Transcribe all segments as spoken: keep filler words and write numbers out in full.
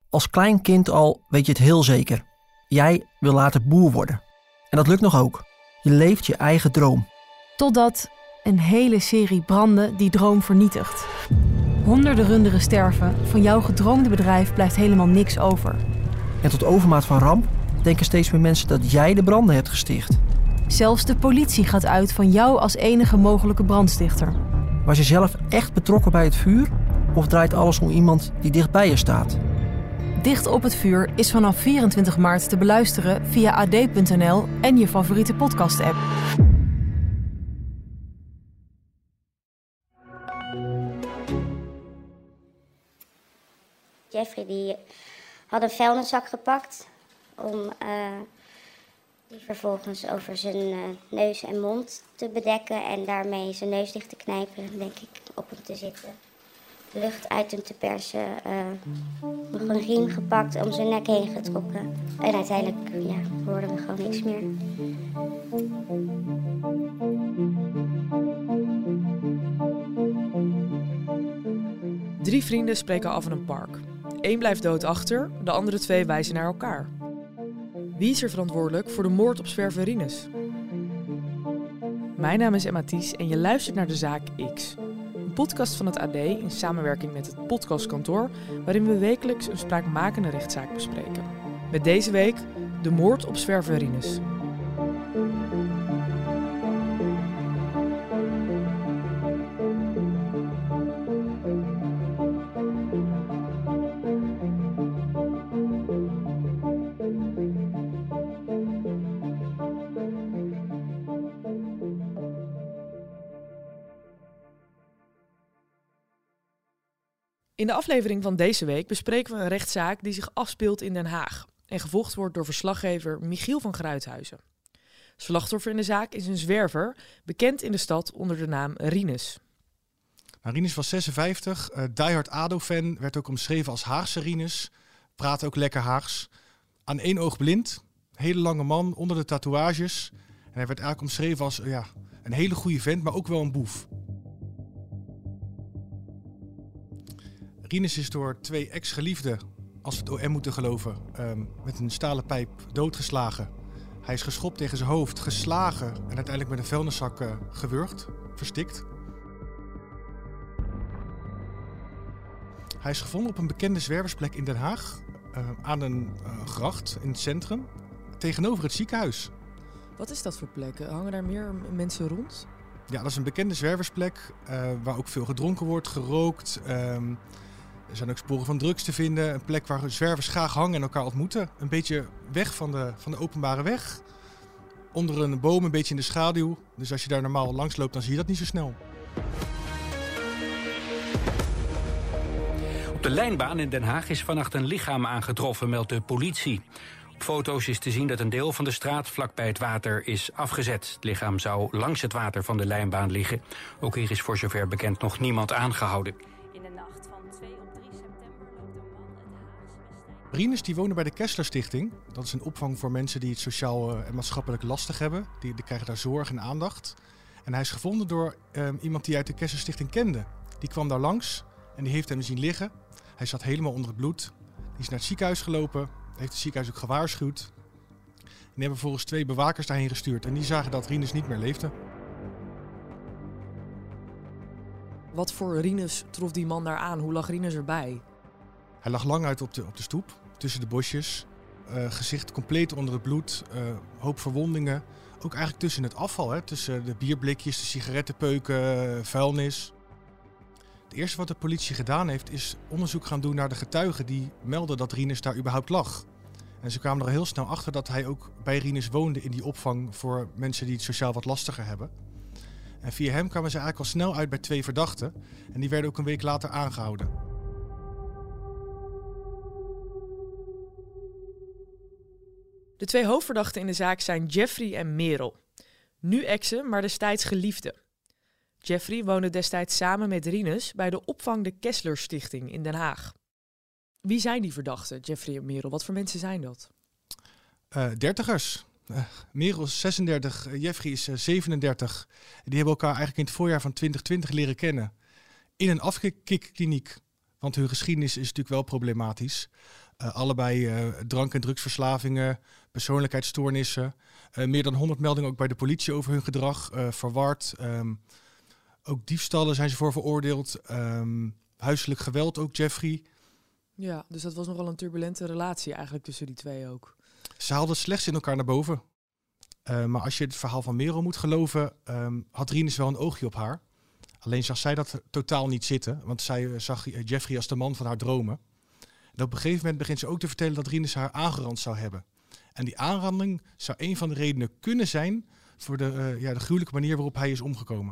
Als klein kind al weet je het heel zeker. Jij wil later boer worden. En dat lukt nog ook. Je leeft je eigen droom. Totdat een hele serie branden die droom vernietigt. Honderden runderen sterven. Van jouw gedroomde bedrijf blijft helemaal niks over. En tot overmaat van ramp denken steeds meer mensen dat jij de branden hebt gesticht. Zelfs de politie gaat uit van jou als enige mogelijke brandstichter. Was je zelf echt betrokken bij het vuur? Of draait alles om iemand die dichtbij je staat? Dicht op het vuur is vanaf vierentwintig maart te beluisteren via a d punt n l en je favoriete podcast-app. Jeffrey die had een vuilniszak gepakt om uh, die vervolgens over zijn uh, neus en mond te bedekken en daarmee zijn neus dicht te knijpen, denk ik, op hem te zitten. De lucht uit hem te persen, uh, nog een riem gepakt, om zijn nek heen getrokken. En uiteindelijk ja, hoorden we gewoon niks meer. Drie vrienden spreken af in een park. Eén blijft dood achter, de andere twee wijzen naar elkaar. Wie is er verantwoordelijk voor de moord op zwerver Rinus? Mijn naam is Emma Ties en je luistert naar De Zaak X. Een podcast van het A D in samenwerking met het podcastkantoor, waarin we wekelijks een spraakmakende rechtszaak bespreken. Met deze week de moord op zwerver Rinus. In de aflevering van deze week bespreken we een rechtszaak die zich afspeelt in Den Haag en gevolgd wordt door verslaggever Michiel van Gruithuizen. Slachtoffer in de zaak is een zwerver, bekend in de stad onder de naam Rinus. Nou, Rinus was zesenvijftig, uh, diehard A D O-fan, werd ook omschreven als Haagse Rinus, praatte ook lekker Haags. Aan één oog blind, hele lange man, onder de tatoeages. En hij werd eigenlijk omschreven als uh, ja, een hele goede vent, maar ook wel een boef. Rinus is door twee ex-geliefden, als we het O M moeten geloven, um, met een stalen pijp doodgeslagen. Hij is geschopt tegen zijn hoofd, geslagen en uiteindelijk met een vuilniszak uh, gewurgd, verstikt. Hij is gevonden op een bekende zwerversplek in Den Haag, uh, aan een uh, gracht in het centrum, tegenover het ziekenhuis. Wat is dat voor plek? Hangen daar meer mensen rond? Ja, dat is een bekende zwerversplek, uh, waar ook veel gedronken wordt, gerookt. Um, Er zijn ook sporen van drugs te vinden. Een plek waar zwervers graag hangen en elkaar ontmoeten. Een beetje weg van de, van de openbare weg. Onder een boom, een beetje in de schaduw. Dus als je daar normaal langs loopt, dan zie je dat niet zo snel. Op de lijnbaan in Den Haag is vannacht een lichaam aangetroffen, meldt de politie. Op foto's is te zien dat een deel van de straat vlakbij het water is afgezet. Het lichaam zou langs het water van de lijnbaan liggen. Ook hier is voor zover bekend nog niemand aangehouden. Rinus die woonde bij de Kessler Stichting. Dat is een opvang voor mensen die het sociaal en maatschappelijk lastig hebben. Die, die krijgen daar zorg en aandacht. En hij is gevonden door um, iemand die uit de Kessler Stichting kende. Die kwam daar langs en die heeft hem zien liggen. Hij zat helemaal onder het bloed. Die is naar het ziekenhuis gelopen. Heeft het ziekenhuis ook gewaarschuwd. En die hebben vervolgens twee bewakers daarheen gestuurd. En die zagen dat Rinus niet meer leefde. Wat voor Rinus trof die man daar aan? Hoe lag Rinus erbij? Hij lag lang uit op de, op de stoep, tussen de bosjes. Uh, gezicht compleet onder het bloed, uh, hoop verwondingen. Ook eigenlijk tussen het afval, hè, tussen de bierblikjes, de sigarettenpeuken, uh, vuilnis. Het eerste wat de politie gedaan heeft, is onderzoek gaan doen naar de getuigen die melden dat Rinus daar überhaupt lag. En ze kwamen er heel snel achter dat hij ook bij Rinus woonde in die opvang voor mensen die het sociaal wat lastiger hebben. En via hem kwamen ze eigenlijk al snel uit bij twee verdachten. En die werden ook een week later aangehouden. De twee hoofdverdachten in de zaak zijn Jeffrey en Merel. Nu exen, maar destijds geliefden. Jeffrey woonde destijds samen met Rinus bij de opvang de Kessler Stichting in Den Haag. Wie zijn die verdachten, Jeffrey en Merel? Wat voor mensen zijn dat? Uh, dertigers. Uh, Merel is zesendertig, uh, Jeffrey is uh, zevenendertig. Die hebben elkaar eigenlijk in het voorjaar van twintig twintig leren kennen. In een afkikkliniek. Want hun geschiedenis is natuurlijk wel problematisch. Uh, allebei uh, drank- en drugsverslavingen, persoonlijkheidsstoornissen. Uh, meer dan honderd meldingen ook bij de politie over hun gedrag. Uh, verward. Um, ook diefstallen zijn ze voor veroordeeld. Um, huiselijk geweld ook, Jeffrey. Ja, dus dat was nogal een turbulente relatie eigenlijk tussen die twee ook. Ze haalden slechts in elkaar naar boven. Uh, maar als je het verhaal van Merel moet geloven, um, had Rinus wel een oogje op haar. Alleen zag zij dat totaal niet zitten, want zij uh, zag Jeffrey als de man van haar dromen. En op een gegeven moment begint ze ook te vertellen dat Rinus haar aangerand zou hebben. En die aanranding zou een van de redenen kunnen zijn voor de, uh, ja, de gruwelijke manier waarop hij is omgekomen.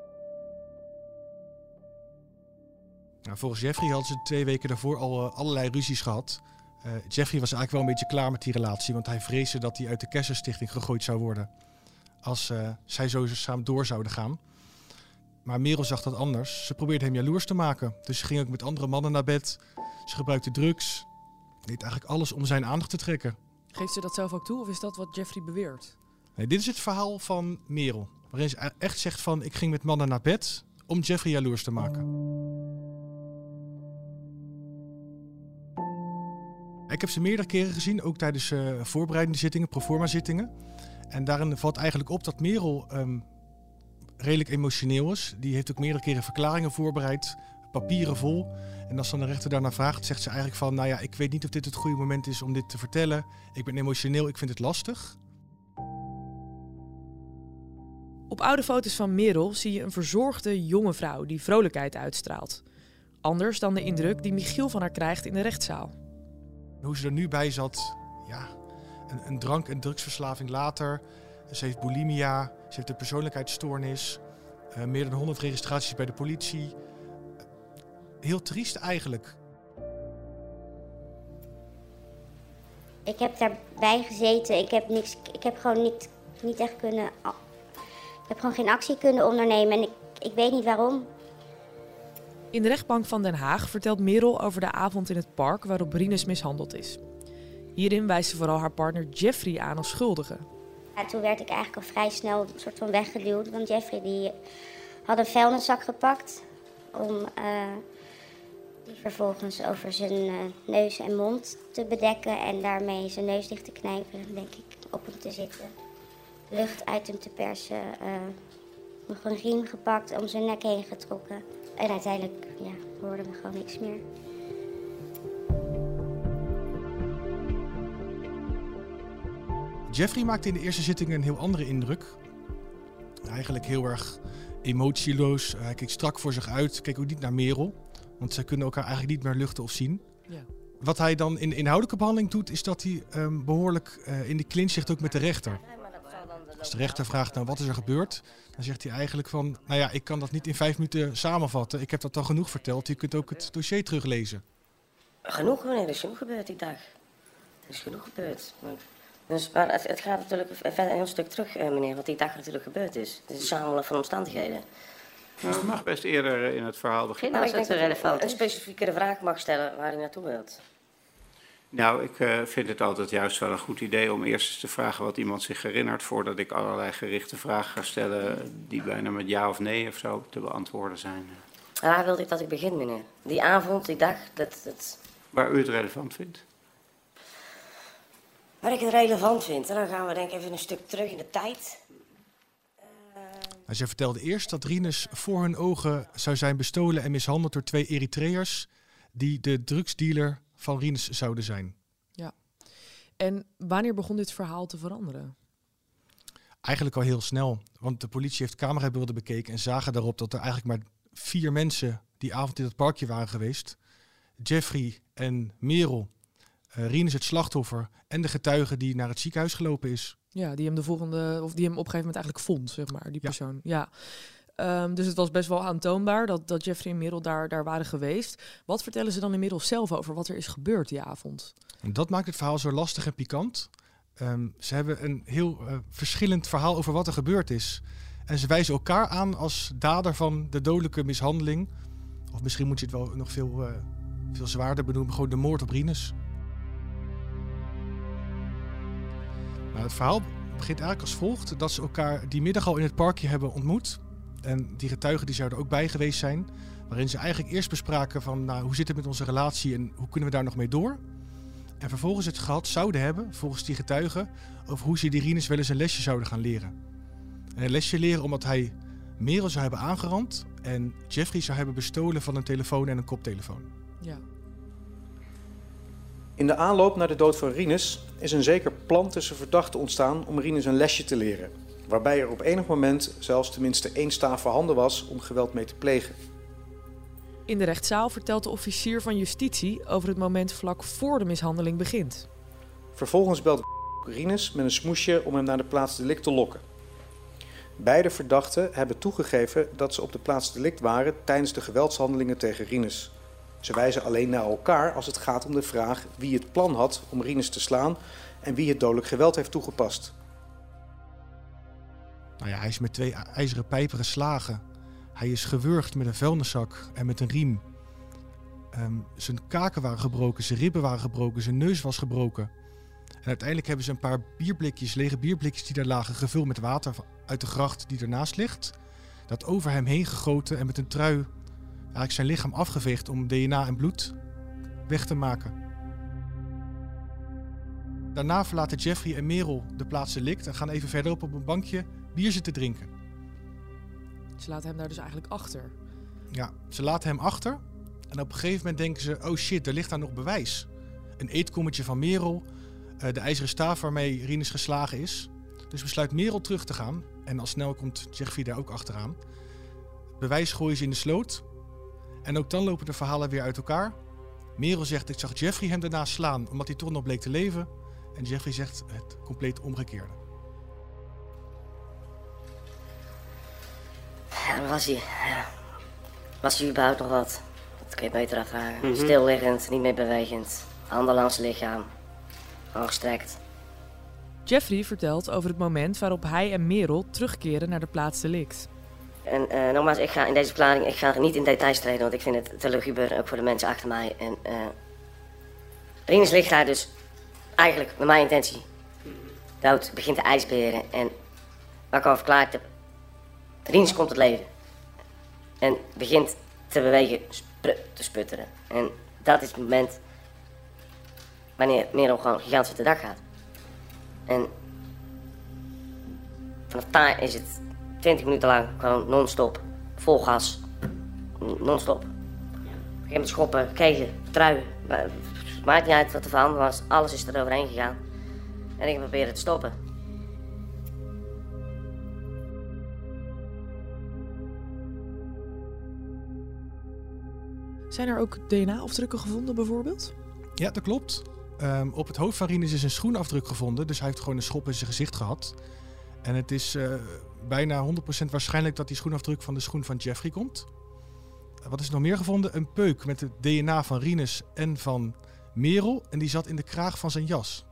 Nou, volgens Jeffrey hadden ze twee weken daarvoor al uh, allerlei ruzies gehad. Uh, Jeffrey was eigenlijk wel een beetje klaar met die relatie, want hij vreesde dat hij uit de Kessler-stichting gegooid zou worden als uh, zij zo samen door zouden gaan. Maar Merel zag dat anders. Ze probeerde hem jaloers te maken. Dus ze ging ook met andere mannen naar bed. Ze gebruikte drugs. Deed eigenlijk alles om zijn aandacht te trekken. Geeft ze dat zelf ook toe of is dat wat Jeffrey beweert? Nee, dit is het verhaal van Merel. Waarin ze echt zegt van ik ging met mannen naar bed om Jeffrey jaloers te maken. Ik heb ze meerdere keren gezien, ook tijdens uh, voorbereidende zittingen, proforma zittingen. En daarin valt eigenlijk op dat Merel um, redelijk emotioneel is. Die heeft ook meerdere keren verklaringen voorbereid, papieren vol. En als dan de rechter daarna vraagt, zegt ze eigenlijk van, nou ja, ik weet niet of dit het goede moment is om dit te vertellen. Ik ben emotioneel, ik vind het lastig. Op oude foto's van Merel zie je een verzorgde jonge vrouw die vrolijkheid uitstraalt. Anders dan de indruk die Michiel van haar krijgt in de rechtszaal. Hoe ze er nu bij zat, ja, een, een drank- en drugsverslaving later. Ze heeft bulimia, ze heeft een persoonlijkheidsstoornis. Uh, meer dan honderd registraties bij de politie. Uh, heel triest eigenlijk. Ik heb daarbij gezeten. Ik heb, niks, ik heb gewoon niet, niet echt kunnen... Ik heb gewoon geen actie kunnen ondernemen en ik, ik weet niet waarom. In de rechtbank van Den Haag vertelt Merel over de avond in het park waarop Rinus mishandeld is. Hierin wijst ze vooral haar partner Jeffrey aan als schuldige. Ja, toen werd ik eigenlijk al vrij snel een soort van weggeduwd. Want Jeffrey die had een vuilniszak gepakt om uh, die vervolgens over zijn uh, neus en mond te bedekken. En daarmee zijn neus dicht te knijpen, denk ik, op hem te zitten. Lucht uit hem te persen, uh, nog een riem gepakt, om zijn nek heen getrokken. En uiteindelijk ja, hoorden we gewoon niks meer. Jeffrey maakte in de eerste zitting een heel andere indruk. Eigenlijk heel erg emotieloos. Hij keek strak voor zich uit, keek ook niet naar Merel. Want zij kunnen elkaar eigenlijk niet meer luchten of zien. Ja. Wat hij dan in de inhoudelijke behandeling doet, is dat hij um, behoorlijk uh, in de clinch zit ook met de rechter. Als de rechter vraagt, nou wat is er gebeurd? Dan zegt hij eigenlijk van, nou ja, ik kan dat niet in vijf minuten samenvatten. Ik heb dat al genoeg verteld. Je kunt ook het dossier teruglezen. Genoeg, meneer. Er is genoeg gebeurd die dag. Er is genoeg gebeurd. Maar, dus, maar het, het gaat natuurlijk verder een heel stuk terug, meneer, wat die dag natuurlijk gebeurd is. Het is een samenloop van omstandigheden. Nou, u mag best eerder in het verhaal beginnen nou, als het relevant is. Een specifiekere vraag mag stellen waar u naartoe wilt. Nou, ik uh, vind het altijd juist wel een goed idee om eerst eens te vragen wat iemand zich herinnert, voordat ik allerlei gerichte vragen ga stellen die bijna met ja of nee of zo te beantwoorden zijn. Waar wilde ik dat ik begin, meneer? Die avond, die dag, dat, dat... Waar u het relevant vindt. Waar ik het relevant vind, en dan gaan we denk ik even een stuk terug in de tijd. Uh... Zij vertelde eerst dat Rinus voor hun ogen zou zijn bestolen en mishandeld door twee Eritreërs die de drugsdealer van Rinus zouden zijn. Ja. En wanneer begon dit verhaal te veranderen? Eigenlijk al heel snel. Want de politie heeft camerabeelden bekeken en zagen daarop dat er eigenlijk maar vier mensen die avond in het parkje waren geweest. Jeffrey en Merel, uh, Rinus het slachtoffer en de getuige die naar het ziekenhuis gelopen is. Ja, die hem de volgende, of die hem op een gegeven moment eigenlijk vond, zeg maar, die persoon. Ja. ja. Um, dus het was best wel aantoonbaar dat, dat Jeffrey en Merel daar, daar waren geweest. Wat vertellen ze dan inmiddels zelf over wat er is gebeurd die avond? En dat maakt het verhaal zo lastig en pikant. Um, ze hebben een heel uh, verschillend verhaal over wat er gebeurd is. En ze wijzen elkaar aan als dader van de dodelijke mishandeling. Of misschien moet je het wel nog veel, uh, veel zwaarder benoemen. Gewoon de moord op Rinus. Nou, het verhaal begint eigenlijk als volgt. Dat ze elkaar die middag al in het parkje hebben ontmoet. En die getuigen die zouden ook bij geweest zijn. Waarin ze eigenlijk eerst bespraken van nou, hoe zit het met onze relatie en hoe kunnen we daar nog mee door. En vervolgens het gehad zouden hebben, volgens die getuigen, over hoe ze die Rinus wel eens een lesje zouden gaan leren. En een lesje leren omdat hij Merel zou hebben aangerand en Jeffrey zou hebben bestolen van een telefoon en een koptelefoon. Ja. In de aanloop naar de dood van Rinus is een zeker plan tussen verdachten ontstaan om Rinus een lesje te leren. Waarbij er op enig moment zelfs tenminste één staaf voorhanden was om geweld mee te plegen. In de rechtszaal vertelt de officier van justitie over het moment vlak voor de mishandeling begint. Vervolgens belt Rinus met een smoesje om hem naar de plaats delict te lokken. Beide verdachten hebben toegegeven dat ze op de plaats delict waren tijdens de geweldshandelingen tegen Rinus. Ze wijzen alleen naar elkaar als het gaat om de vraag wie het plan had om Rinus te slaan en wie het dodelijk geweld heeft toegepast. Nou ja, hij is met twee ijzeren pijpen geslagen. Hij is gewurgd met een vuilniszak en met een riem. Um, zijn kaken waren gebroken, zijn ribben waren gebroken, zijn neus was gebroken. En uiteindelijk hebben ze een paar bierblikjes, lege bierblikjes die daar lagen, gevuld met water uit de gracht die ernaast ligt. Dat over hem heen gegoten en met een trui eigenlijk zijn lichaam afgeveegd om D N A en bloed weg te maken. Daarna verlaten Jeffrey en Merel de plaats delict en gaan even verderop op een bankje bier zitten drinken. Ze laten hem daar dus eigenlijk achter. Ja, ze laten hem achter en op een gegeven moment denken ze, oh shit, er ligt daar nog bewijs. Een eetkommetje van Merel, uh, de ijzeren staaf waarmee Rinus geslagen is. Dus besluit Merel terug te gaan en al snel komt Jeffrey daar ook achteraan. Bewijs gooien ze in de sloot en ook dan lopen de verhalen weer uit elkaar. Merel zegt, ik zag Jeffrey hem daarna slaan omdat hij toch nog bleek te leven. En Jeffrey zegt het compleet omgekeerde. Ja, dan was hij. Ja. Was hij überhaupt nog wat? Dat kun je beter afvragen. Mm-hmm. Stilliggend, niet meer bewegend. Handen langs het lichaam. Aangestrekt. Jeffrey vertelt over het moment waarop hij en Merel terugkeren naar de plaats delict. En uh, nogmaals, ik ga in deze verklaring ik ga niet in details treden, want ik vind het te luguber, ook voor de mensen achter mij. En uh, Rinus ligt daar dus eigenlijk, met mijn intentie, dood, begint te ijsberen. En wat ik al verklaard heb, Rinus komt tot leven. En begint te bewegen, spr- te sputteren. En dat is het moment wanneer Merel gewoon gigantisch op de dak gaat. En vanaf daar is het twintig minuten lang gewoon non-stop, vol gas, non-stop. Op een gegeven moment schoppen, kegen, truien, maakt niet uit wat er van was, alles is er overheen gegaan. En ik probeerde te stoppen. Zijn er ook D N A-afdrukken gevonden bijvoorbeeld? Ja, dat klopt. Um, op het hoofd van Rinus is een schoenafdruk gevonden, dus hij heeft gewoon een schop in zijn gezicht gehad. En het is uh, bijna honderd procent waarschijnlijk dat die schoenafdruk van de schoen van Jeffrey komt. Uh, wat is er nog meer gevonden? Een peuk met het D N A van Rinus en van Merel. En die zat in de kraag van zijn jas.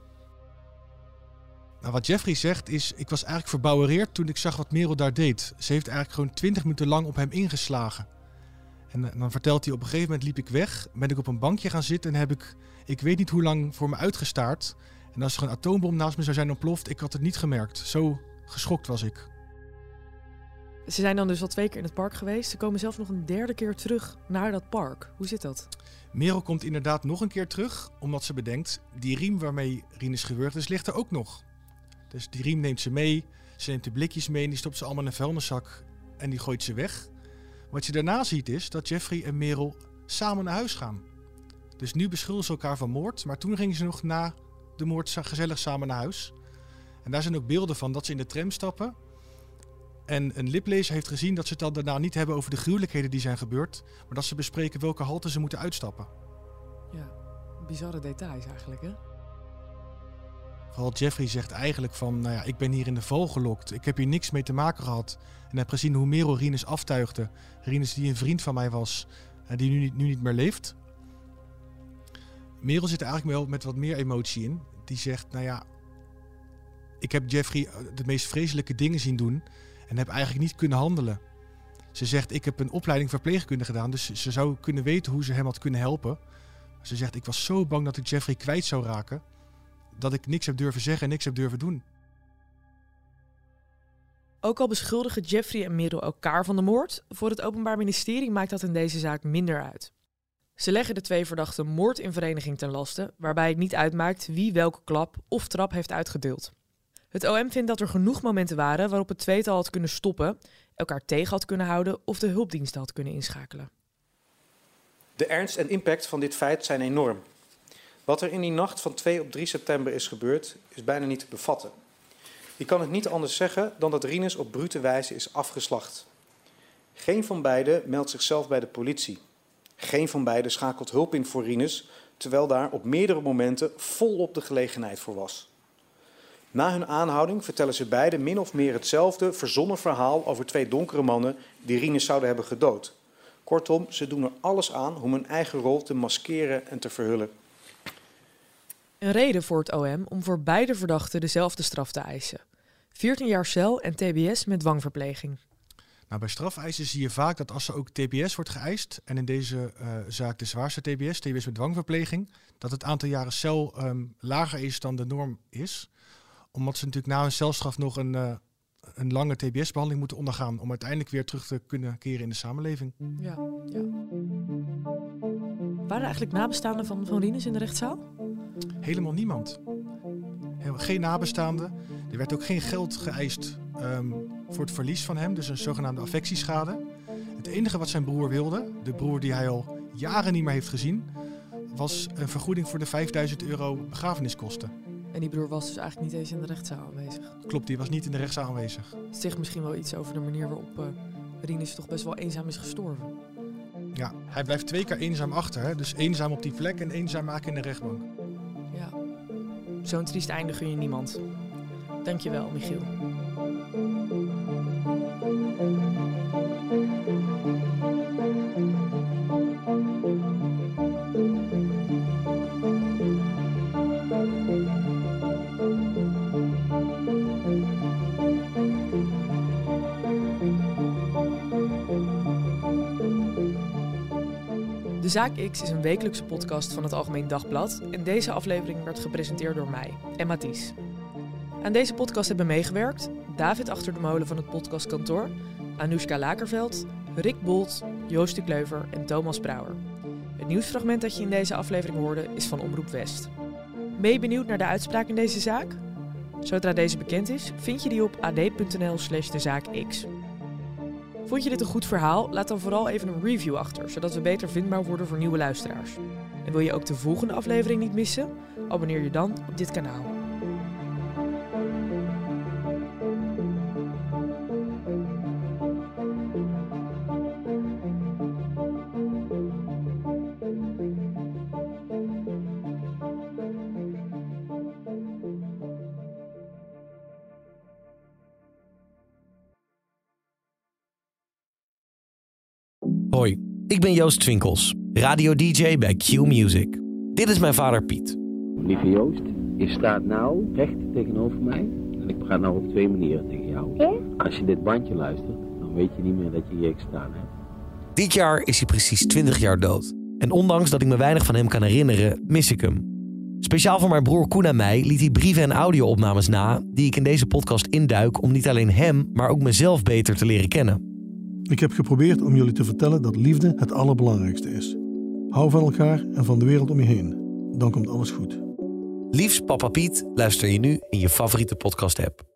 Nou, wat Jeffrey zegt is, ik was eigenlijk verbouwereerd toen ik zag wat Merel daar deed. Ze heeft eigenlijk gewoon twintig minuten lang op hem ingeslagen. En, uh, en dan vertelt hij, op een gegeven moment liep ik weg, ben ik op een bankje gaan zitten en heb ik, ik weet niet hoe lang, voor me uitgestaard. En als er een atoombom naast me zou zijn ontploft, ik had het niet gemerkt. Zo geschokt was ik. Ze zijn dan dus al twee keer in het park geweest. Ze komen zelfs nog een derde keer terug naar dat park. Hoe zit dat? Merel komt inderdaad nog een keer terug, omdat ze bedenkt, die riem waarmee Rinus gewurgd is, ligt er ook nog. Dus die riem neemt ze mee, ze neemt de blikjes mee en die stopt ze allemaal in een vuilniszak en die gooit ze weg. Wat je daarna ziet is dat Jeffrey en Merel samen naar huis gaan. Dus nu beschuldigen ze elkaar van moord, maar toen gingen ze nog na de moord gezellig samen naar huis. En daar zijn ook beelden van dat ze in de tram stappen. En een liplezer heeft gezien dat ze het dan daarna niet hebben over de gruwelijkheden die zijn gebeurd, maar dat ze bespreken welke halte ze moeten uitstappen. Ja, bizarre details eigenlijk, hè? Vooral Jeffrey zegt eigenlijk van, nou ja, ik ben hier in de val gelokt. Ik heb hier niks mee te maken gehad. En heb gezien hoe Merel Rinus aftuigde. Rinus die een vriend van mij was, en die nu niet, nu niet meer leeft. Merel zit er eigenlijk wel met wat meer emotie in. Die zegt, nou ja, ik heb Jeffrey de meest vreselijke dingen zien doen en heb eigenlijk niet kunnen handelen. Ze zegt, ik heb een opleiding verpleegkunde gedaan, dus ze zou kunnen weten hoe ze hem had kunnen helpen. Ze zegt, ik was zo bang dat ik Jeffrey kwijt zou raken, dat ik niks heb durven zeggen en niks heb durven doen. Ook al beschuldigen Jeffrey en Merel elkaar van de moord, voor het Openbaar Ministerie maakt dat in deze zaak minder uit. Ze leggen de twee verdachten moord in vereniging ten laste, waarbij het niet uitmaakt wie welke klap of trap heeft uitgedeeld. Het O M vindt dat er genoeg momenten waren waarop het tweetal had kunnen stoppen, elkaar tegen had kunnen houden of de hulpdiensten had kunnen inschakelen. De ernst en impact van dit feit zijn enorm. Wat er in die nacht van twee op drie september is gebeurd, is bijna niet te bevatten. Je kan het niet anders zeggen dan dat Rinus op brute wijze is afgeslacht. Geen van beiden meldt zichzelf bij de politie. Geen van beiden schakelt hulp in voor Rinus, terwijl daar op meerdere momenten volop de gelegenheid voor was. Na hun aanhouding vertellen ze beiden min of meer hetzelfde verzonnen verhaal over twee donkere mannen die Rinus zouden hebben gedood. Kortom, ze doen er alles aan om hun eigen rol te maskeren en te verhullen. Een reden voor het O M om voor beide verdachten dezelfde straf te eisen. veertien jaar cel en T B S met dwangverpleging. Nou, bij strafeisen zie je vaak dat als er ook T B S wordt geëist, en in deze uh, zaak de zwaarste T B S, T B S met dwangverpleging, dat het aantal jaren cel um, lager is dan de norm is. Omdat ze natuurlijk na hun celstraf nog een, uh, een lange T B S-behandeling moeten ondergaan om uiteindelijk weer terug te kunnen keren in de samenleving. Ja, ja. Waren er eigenlijk nabestaanden van, van Rinus in de rechtszaal? Helemaal niemand. Geen nabestaanden. Er werd ook geen geld geëist um, voor het verlies van hem, dus een zogenaamde affectieschade. Het enige wat zijn broer wilde, de broer die hij al jaren niet meer heeft gezien, was een vergoeding voor de vijfduizend euro begrafeniskosten. En die broer was dus eigenlijk niet eens in de rechtszaal aanwezig? Klopt, die was niet in de rechtszaal aanwezig. Het zegt misschien wel iets over de manier waarop uh, Rinus toch best wel eenzaam is gestorven. Ja, hij blijft twee keer eenzaam achter. Hè? Dus eenzaam op die plek en eenzaam maken in de rechtbank. Ja, zo'n triest einde gun je niemand. Dankjewel, Michiel. De Zaak X is een wekelijkse podcast van het Algemeen Dagblad en deze aflevering werd gepresenteerd door mij, Emma Ties. Aan deze podcast hebben meegewerkt David Achter de Molen van het podcastkantoor, Anoushka Lakerveld, Rick Bolt, Joost de Kleuver en Thomas Brouwer. Het nieuwsfragment dat je in deze aflevering hoorde is van Omroep West. Ben je benieuwd naar de uitspraak in deze zaak? Zodra deze bekend is, vind je die op ad.nl slash de zaak X. Vond je dit een goed verhaal? Laat dan vooral even een review achter, zodat we beter vindbaar worden voor nieuwe luisteraars. En wil je ook de volgende aflevering niet missen? Abonneer je dan op dit kanaal. Hoi, ik ben Joost Twinkels, radio-D J bij Q Music. Dit is mijn vader Piet. Lieve Joost, je staat nou recht tegenover mij en ik ga nou op twee manieren tegen jou. Ja? Als je dit bandje luistert, dan weet je niet meer dat je hier gestaan hebt. Dit jaar is hij precies twintig jaar dood. En ondanks dat ik me weinig van hem kan herinneren, mis ik hem. Speciaal voor mijn broer Koen en mij liet hij brieven en audio-opnames na die ik in deze podcast induik om niet alleen hem, maar ook mezelf beter te leren kennen. Ik heb geprobeerd om jullie te vertellen dat liefde het allerbelangrijkste is. Hou van elkaar en van de wereld om je heen. Dan komt alles goed. Liefst Papa Piet luister je nu in je favoriete podcast-app.